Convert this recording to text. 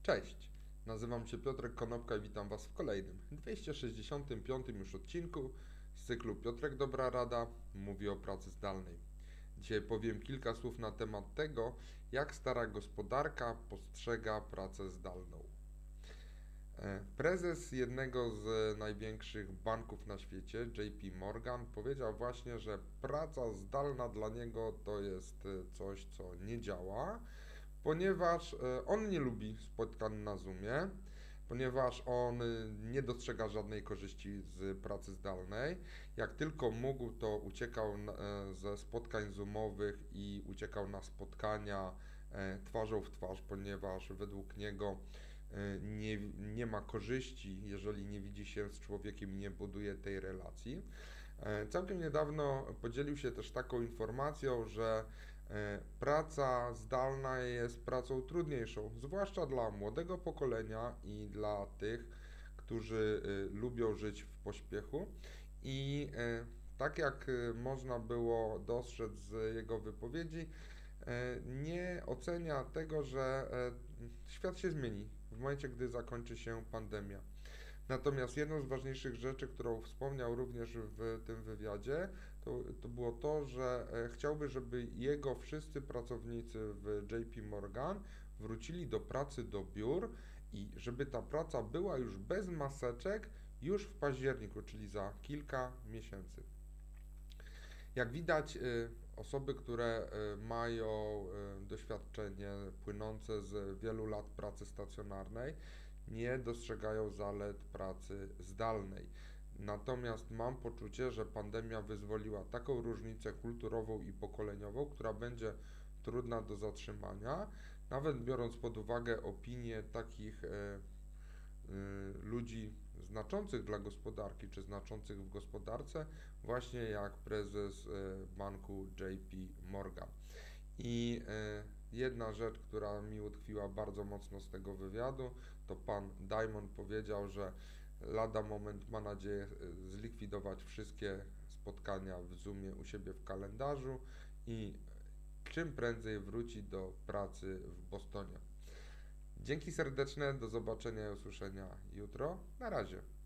Cześć, nazywam się Piotrek Konopka i witam Was w kolejnym, 265 już odcinku z cyklu Piotrek Dobra Rada mówi o pracy zdalnej. Dzisiaj powiem kilka słów na temat tego, jak stara gospodarka postrzega pracę zdalną. Prezes jednego z największych banków na świecie, JP Morgan, powiedział właśnie, że praca zdalna dla niego to jest coś, co nie działa, ponieważ on nie lubi spotkań na Zoomie, ponieważ on nie dostrzega żadnej korzyści z pracy zdalnej. Jak tylko mógł, to uciekał ze spotkań zoomowych i uciekał na spotkania twarzą w twarz, ponieważ według niego nie ma korzyści, jeżeli nie widzi się z człowiekiem i nie buduje tej relacji. Całkiem niedawno podzielił się też taką informacją, że praca zdalna jest pracą trudniejszą, zwłaszcza dla młodego pokolenia i dla tych, którzy lubią żyć w pośpiechu. I tak jak można było dostrzec z jego wypowiedzi, nie ocenia tego, że świat się zmieni w momencie, gdy zakończy się pandemia. Natomiast jedną z ważniejszych rzeczy, którą wspomniał również w tym wywiadzie, to było to, że chciałby, żeby jego wszyscy pracownicy w JP Morgan wrócili do pracy do biur i żeby ta praca była już bez maseczek już w październiku, czyli za kilka miesięcy. Jak widać, osoby, które mają doświadczenie płynące z wielu lat pracy stacjonarnej, nie dostrzegają zalet pracy zdalnej. Natomiast mam poczucie, że pandemia wyzwoliła taką różnicę kulturową i pokoleniową, która będzie trudna do zatrzymania, nawet biorąc pod uwagę opinie takich ludzi znaczących dla gospodarki, czy znaczących w gospodarce, właśnie jak prezes banku JP Morgan. I jedna rzecz, która mi utkwiła bardzo mocno z tego wywiadu, to pan Diamond powiedział, że lada moment ma nadzieję zlikwidować wszystkie spotkania w Zoomie u siebie w kalendarzu i czym prędzej wróci do pracy w Bostonie. Dzięki serdeczne, do zobaczenia i usłyszenia jutro. Na razie.